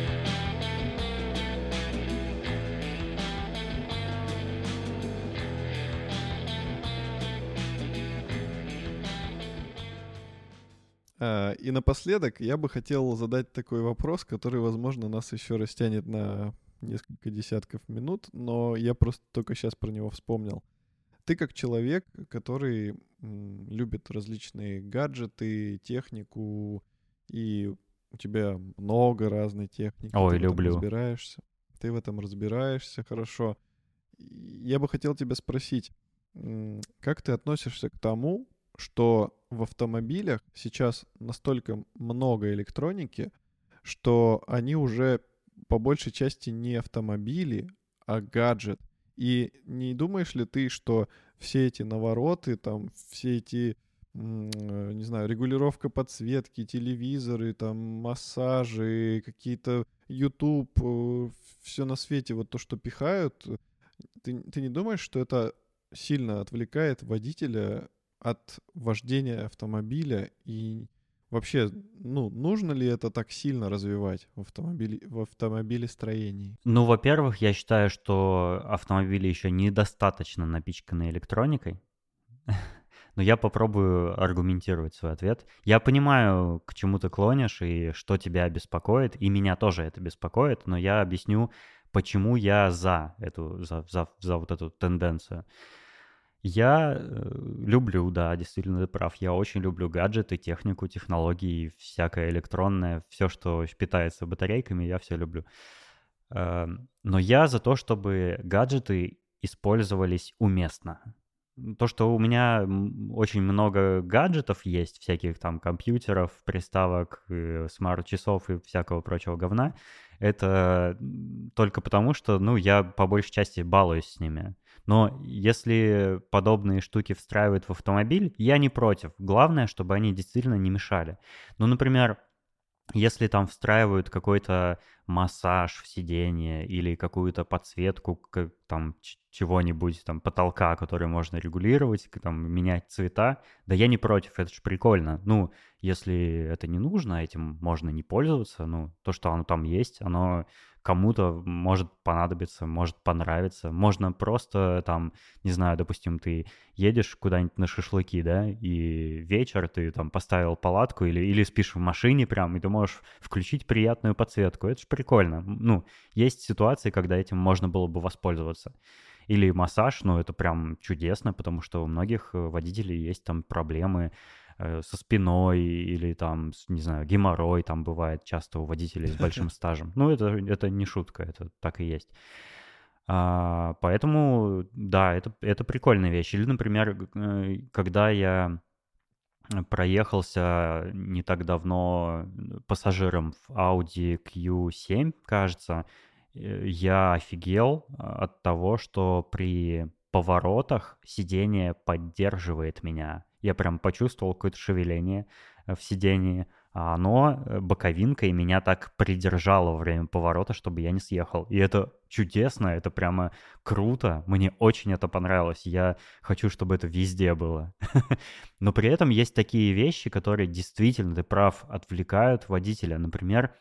И напоследок я бы хотел задать такой вопрос, который, возможно, нас еще растянет на несколько десятков минут, но я просто только сейчас про него вспомнил. Ты как человек, который любит различные гаджеты, технику, и у тебя много разной техники, ты Ой, в этом люблю. разбираешься. Ты в этом разбираешься хорошо. Я бы хотел тебя спросить, как ты относишься к тому, что в автомобилях сейчас настолько много электроники, что они уже по большей части не автомобили, а гаджет. И не думаешь ли ты, что все эти навороты, там, все эти, не знаю, регулировка подсветки, телевизоры, там, массажи, какие-то YouTube, все на свете, вот то, что пихают, ты не думаешь, что это сильно отвлекает водителя от вождения автомобиля и вообще, ну, нужно ли это так сильно развивать в автомобилестроении? Ну, во-первых, я считаю, что автомобили еще недостаточно напичканы электроникой. Но я попробую аргументировать свой ответ. Я понимаю, к чему ты клонишь и что тебя беспокоит, и меня тоже это беспокоит, но я объясню, почему я за вот эту тенденцию. Я люблю, да, действительно, ты прав. Я очень люблю гаджеты, технику, технологии, всякое электронное, все, что питается батарейками, я все люблю. Но я за то, чтобы гаджеты использовались уместно. То, что у меня очень много гаджетов есть, всяких там компьютеров, приставок, смарт-часов и всякого прочего говна, это только потому, что, ну, я по большей части балуюсь с ними. Но если подобные штуки встраивают в автомобиль, я не против. Главное, чтобы они действительно не мешали. Ну, например, если там встраивают какой-то массаж в сиденье или какую-то подсветку там чего-нибудь, там потолка, который можно регулировать, там менять цвета, да я не против, это же прикольно. Ну, если это не нужно, этим можно не пользоваться, ну, то, что оно там есть, оно кому-то может понадобиться, может понравиться. Можно просто там, не знаю, допустим, ты едешь куда-нибудь на шашлыки, да, и вечер ты там поставил палатку или спишь в машине прям, и ты можешь включить приятную подсветку. Это же прикольно. Ну, есть ситуации, когда этим можно было бы воспользоваться. Или массаж, ну, это прям чудесно, потому что у многих водителей есть там проблемы со спиной или там, не знаю, геморрой там бывает часто у водителей с большим стажем. Ну, это не шутка, это так и есть. Поэтому, да, это прикольная вещь. Или, например, когда я проехался не так давно пассажиром в Audi Q7, кажется. Я офигел от того, что при поворотах сиденье поддерживает меня. Я прям почувствовал какое-то шевеление в сидении, а оно боковинкой меня так придержало во время поворота, чтобы я не съехал. И это чудесно, это прямо круто. Мне очень это понравилось. Я хочу, чтобы это везде было. Но при этом есть такие вещи, которые действительно, ты прав, отвлекают водителя. Например,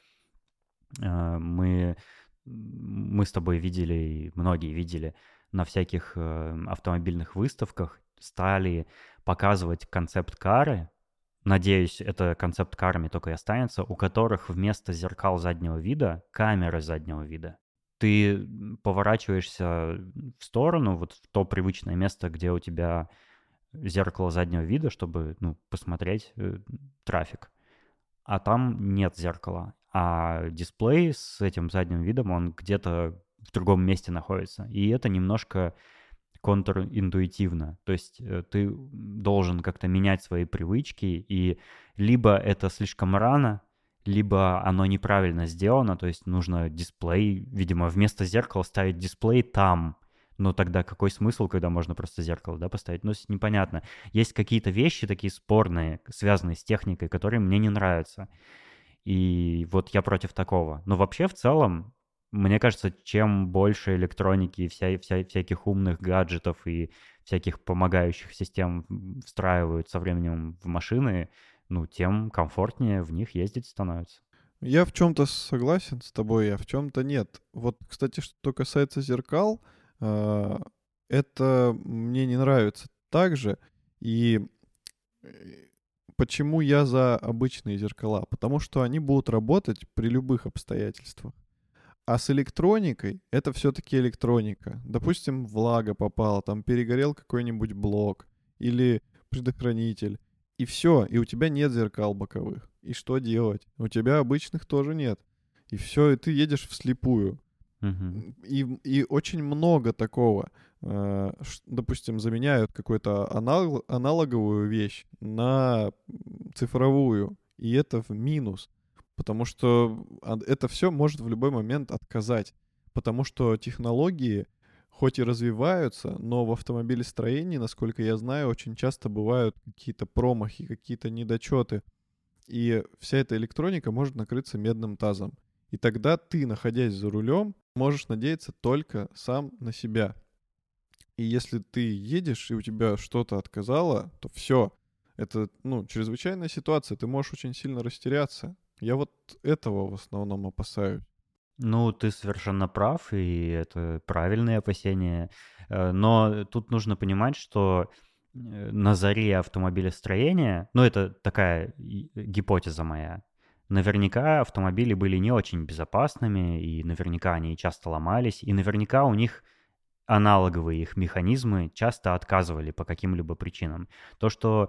мы с тобой видели, и многие видели на всяких автомобильных выставках, стали показывать концепт-кары. Надеюсь, это концепт-карами только и останется, у которых вместо зеркал заднего вида камеры заднего вида. Ты поворачиваешься в сторону, вот в то привычное место, где у тебя зеркало заднего вида, чтобы посмотреть трафик. А там нет зеркала. А дисплей с этим задним видом, он где-то в другом месте находится. И это немножко контринтуитивно. То есть ты должен как-то менять свои привычки, и либо это слишком рано, либо оно неправильно сделано, то есть нужно дисплей, видимо, вместо зеркала ставить дисплей там. Но тогда какой смысл, когда можно просто зеркало, да, поставить? Ну, непонятно. Есть какие-то вещи такие спорные, связанные с техникой, которые мне не нравятся. И вот я против такого. Но вообще, в целом, мне кажется, чем больше электроники, всяких умных гаджетов и всяких помогающих систем встраивают со временем в машины, тем комфортнее в них ездить становится. Я в чем-то согласен с тобой, а в чем-то нет. Вот, кстати, что касается зеркал, это мне не нравится также. И почему я за обычные зеркала? Потому что они будут работать при любых обстоятельствах. А с электроникой это все-таки электроника. Допустим, влага попала, там перегорел какой-нибудь блок или предохранитель. И все, и у тебя нет зеркал боковых. И что делать? У тебя обычных тоже нет. И все, и ты едешь вслепую. Мгм. И очень много такого. Допустим, заменяют какую-то аналоговую вещь на цифровую. И это в минус. Потому что это все может в любой момент отказать. Потому что технологии хоть и развиваются, но в автомобилестроении, насколько я знаю, очень часто бывают какие-то промахи, какие-то недочеты. И вся эта электроника может накрыться медным тазом. И тогда ты, находясь за рулем, можешь надеяться только сам на себя. И если ты едешь, и у тебя что-то отказало, то все. Это, чрезвычайная ситуация. Ты можешь очень сильно растеряться. Я вот этого в основном опасаюсь. Ну, ты совершенно прав, и это правильные опасения. Но тут нужно понимать, что на заре автомобилестроения, это такая гипотеза моя, наверняка автомобили были не очень безопасными, и наверняка они часто ломались, и наверняка у них аналоговые их механизмы часто отказывали по каким-либо причинам. То, что,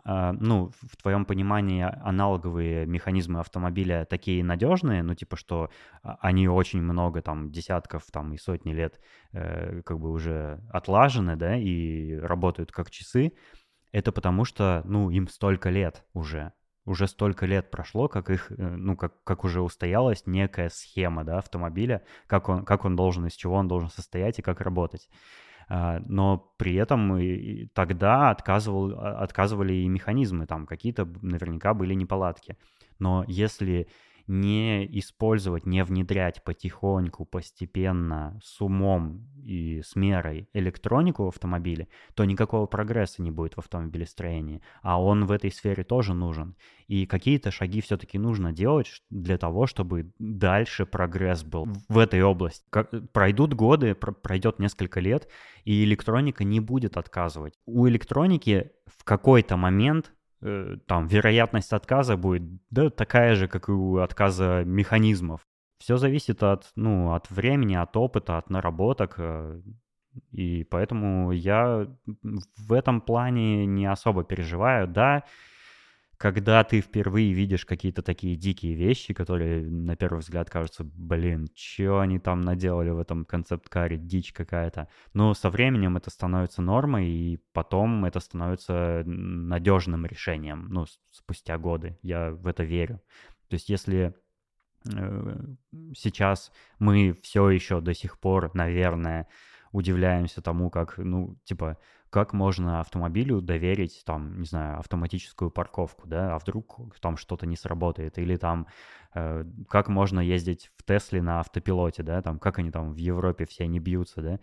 в твоем понимании аналоговые механизмы автомобиля такие надежные, типа, что они очень много, там, десятков, там, и сотни лет как бы уже отлажены, да, и работают как часы, это потому что, им столько лет уже. Уже столько лет прошло, как их, как уже устоялась некая схема, да, автомобиля, как он должен, из чего он должен состоять и как работать. Но при этом и тогда отказывали и механизмы, там какие-то наверняка были неполадки. Но если не использовать, не внедрять потихоньку, постепенно, с умом и с мерой электронику в автомобиле, то никакого прогресса не будет в автомобилестроении. А он в этой сфере тоже нужен. И какие-то шаги все-таки нужно делать для того, чтобы дальше прогресс был в этой области. Пройдут годы, пройдет несколько лет, и электроника не будет отказывать. У электроники в какой-то момент там вероятность отказа будет такая же, как и у отказа механизмов. Все зависит от времени, от опыта, от наработок. И поэтому я в этом плане не особо переживаю. Да, когда ты впервые видишь какие-то такие дикие вещи, которые на первый взгляд кажутся, блин, что они там наделали в этом концепт-каре, дичь какая-то. Но со временем это становится нормой, и потом это становится надежным решением, ну, спустя годы. Я в это верю. То есть если э, сейчас мы все еще до сих пор, наверное, удивляемся тому, как, ну, типа, как можно автомобилю доверить, там, не знаю, автоматическую парковку, да, а вдруг там что-то не сработает, или там, как можно ездить в Тесле на автопилоте, да, там, как они там в Европе все не бьются, да.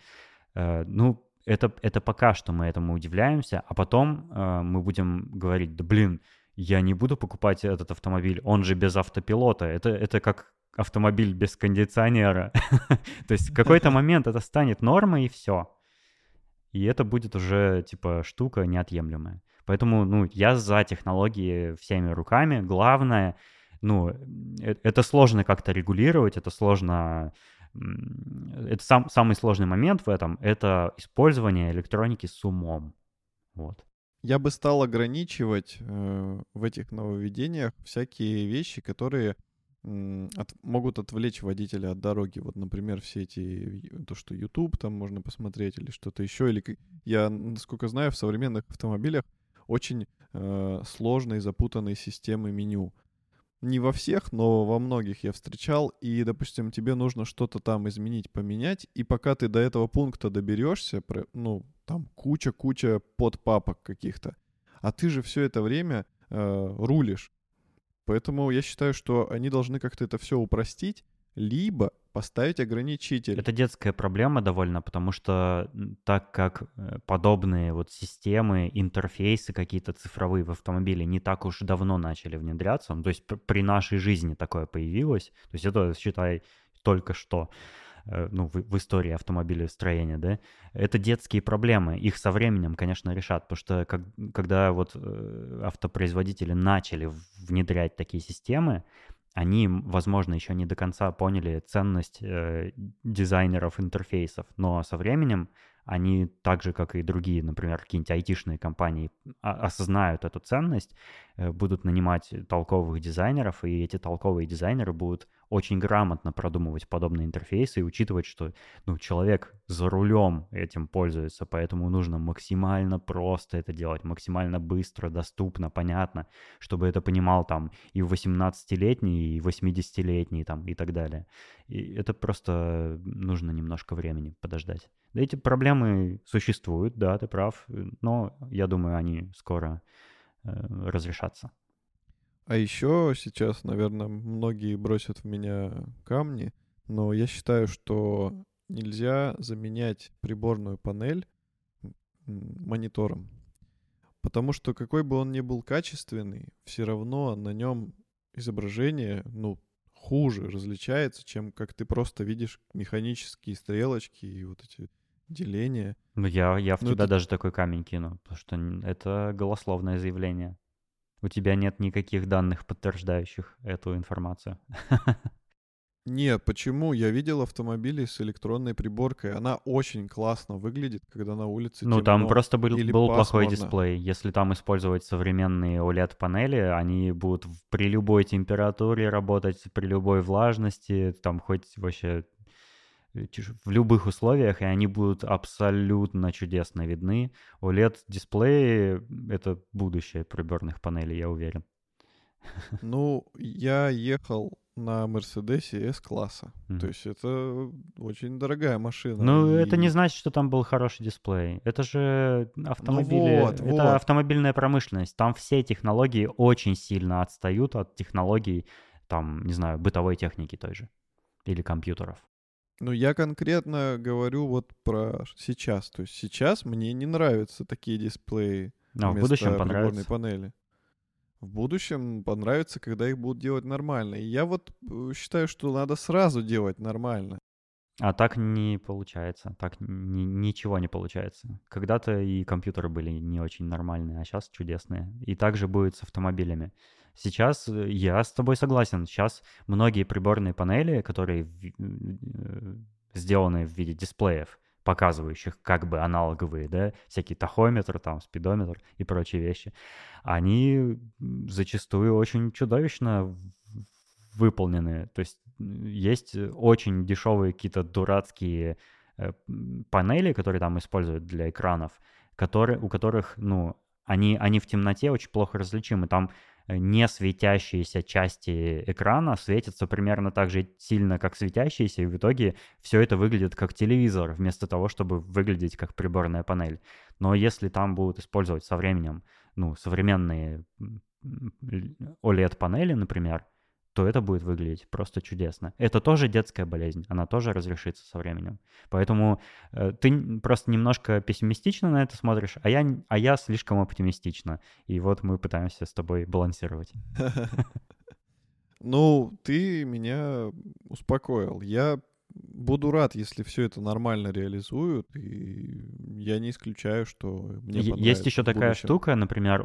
Ну, это пока что мы этому удивляемся, а потом мы будем говорить, да блин, я не буду покупать этот автомобиль, он же без автопилота, это как автомобиль без кондиционера. То есть в какой-то момент это станет нормой, и все. И это будет уже, типа, штука неотъемлемая. Поэтому, ну, я за технологии всеми руками. Главное, ну, это сложно как-то регулировать, это сложно... Это самый сложный момент в этом — это использование электроники с умом. Вот. Я бы стал ограничивать в этих нововведениях всякие вещи, которые могут отвлечь водителя от дороги. Вот, например, все эти, то, что YouTube там можно посмотреть или что-то еще. Или я, насколько знаю, в современных автомобилях очень сложные запутанные системы меню. Не во всех, но во многих я встречал. И, допустим, тебе нужно что-то там изменить, поменять. И пока ты до этого пункта доберешься, ну, там куча подпапок каких-то. А ты же все это время рулишь. Поэтому я считаю, что они должны как-то это все упростить, либо поставить ограничитель. Это детская проблема довольно, потому что так как подобные вот системы, интерфейсы какие-то цифровые в автомобиле не так уж давно начали внедряться, ну, то есть при нашей жизни такое появилось, то есть это, считай, только что, ну, в истории автомобилестроения, да, это детские проблемы. Их со временем, конечно, решат, потому что когда вот автопроизводители начали внедрять такие системы, они, возможно, еще не до конца поняли ценность дизайнеров интерфейсов, но со временем они, так же, как и другие, например, какие-нибудь айтишные компании, осознают эту ценность, будут нанимать толковых дизайнеров, и эти толковые дизайнеры будут очень грамотно продумывать подобные интерфейсы и учитывать, что, ну, человек за рулем этим пользуется, поэтому нужно максимально просто это делать, максимально быстро, доступно, понятно, чтобы это понимал там и 18-летний, и 80-летний там и так далее. И это просто нужно немножко времени подождать. Да, эти проблемы существуют, да, ты прав, но я думаю, они скоро разрешатся. А еще сейчас, наверное, многие бросят в меня камни, но я считаю, что нельзя заменять приборную панель монитором. Потому что какой бы он ни был качественный, все равно на нем изображение, ну, хуже различается, чем как ты просто видишь механические стрелочки и вот эти деления. Ну, я в Ну, тебя это даже такой камень кину, потому что это голословное заявление. У тебя нет никаких данных, подтверждающих эту информацию. нет, почему? Я видел автомобили с электронной приборкой. Она очень классно выглядит, когда на улице Ну, там темно просто или был плохой пасмурно. дисплей. Если там использовать современные OLED-панели, они будут при любой температуре работать, при любой влажности, там хоть вообще в любых условиях, и они будут абсолютно чудесно видны. OLED-дисплеи — это будущее приборных панелей, я уверен. Ну, я ехал на Мерседесе S-класса. То Мгм. есть это очень дорогая машина. Ну, это не И значит, что там был хороший дисплей. Это же ну автомобили, вот, это вот. автомобильная промышленность. Там все технологии очень сильно отстают от технологий, там, не знаю, бытовой техники той же или компьютеров. Ну, я конкретно говорю вот про сейчас. То есть сейчас мне не нравятся такие дисплеи А в будущем вместо приборной понравится. панели. В будущем понравится, когда их будут делать нормально. И я вот считаю, что надо сразу делать нормально. А так не получается, так ничего не получается. Когда-то и компьютеры были не очень нормальные, а сейчас чудесные. И так же будет с автомобилями. Сейчас я с тобой согласен. Сейчас многие приборные панели, которые сделаны в виде дисплеев, показывающих как бы аналоговые, да, всякие тахометры, там, спидометр и прочие вещи, они зачастую очень чудовищно выполнены. То есть есть очень дешевые какие-то дурацкие панели, которые там используют для экранов, у которых, ну, они в темноте очень плохо различимы. Там не светящиеся части экрана светятся примерно так же сильно, как светящиеся, и в итоге все это выглядит как телевизор, вместо того, чтобы выглядеть как приборная панель. Но если там будут использовать со временем, ну, современные OLED-панели, например, то это будет выглядеть просто чудесно. Это тоже детская болезнь, она тоже разрешится со временем. Поэтому ты просто немножко пессимистично на это смотришь, а я слишком оптимистично. И вот мы пытаемся с тобой балансировать. Ну, ты меня успокоил. Я буду рад, если все это нормально реализуют, и я не исключаю, что мне Есть понравится еще в такая будущем. штука, например,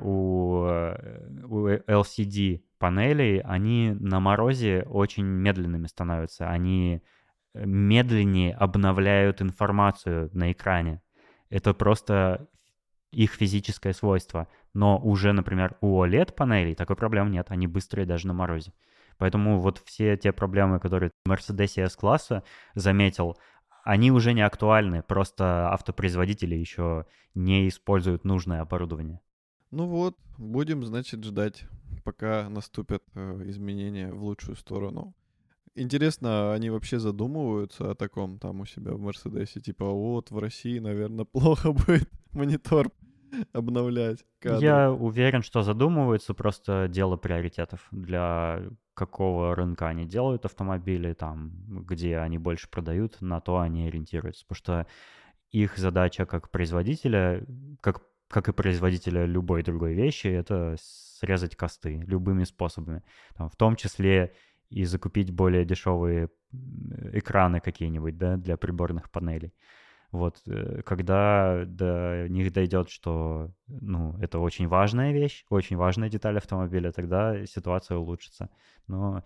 у LCD панелей, они на морозе очень медленными становятся. Они медленнее обновляют информацию на экране. Это просто их физическое свойство. Но уже, например, у OLED-панелей такой проблемы нет. Они быстрые даже на морозе. Поэтому вот все те проблемы, которые в Mercedes S-класса заметил, они уже не актуальны. Просто автопроизводители еще не используют нужное оборудование. Ну вот, будем, значит, ждать, пока наступят изменения в лучшую сторону. Интересно, они вообще задумываются о таком там у себя в Мерседесе? Типа, вот в России, наверное, плохо будет монитор обновлять кадры. Я уверен, что задумываются, просто дело приоритетов. Для какого рынка они делают автомобили, там, где они больше продают, на то они ориентируются. Потому что их задача как производителя, как и производителя любой другой вещи, это срезать косты любыми способами. Там, в том числе и закупить более дешевые экраны какие-нибудь, да, для приборных панелей. Вот, когда до них дойдет, что, ну, это очень важная вещь, очень важная деталь автомобиля, тогда ситуация улучшится. Но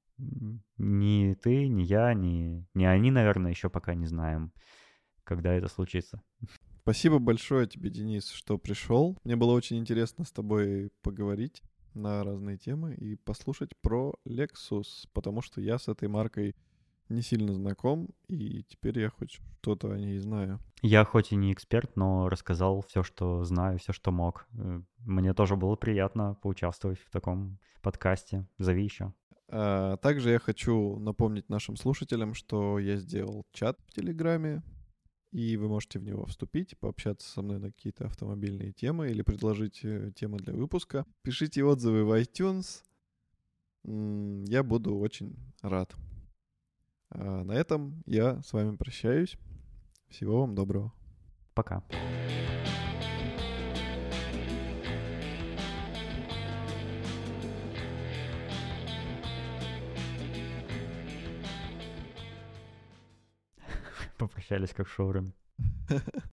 ни ты, ни я, ни они, наверное, еще пока не знаем, когда это случится. Спасибо большое тебе, Денис, что пришел. Мне было очень интересно с тобой поговорить на разные темы и послушать про Lexus, потому что я с этой маркой не сильно знаком, и теперь я хоть что-то о ней знаю. Я хоть и не эксперт, но рассказал все, что знаю, все, что мог. Мне тоже было приятно поучаствовать в таком подкасте. Зови еще. Также я хочу напомнить нашим слушателям, что я сделал чат в Телеграме, и вы можете в него вступить, пообщаться со мной на какие-то автомобильные темы или предложить темы для выпуска. Пишите отзывы в iTunes. Я буду очень рад. На этом я с вами прощаюсь. Всего вам доброго. Пока. Попрощались как в шоуруме.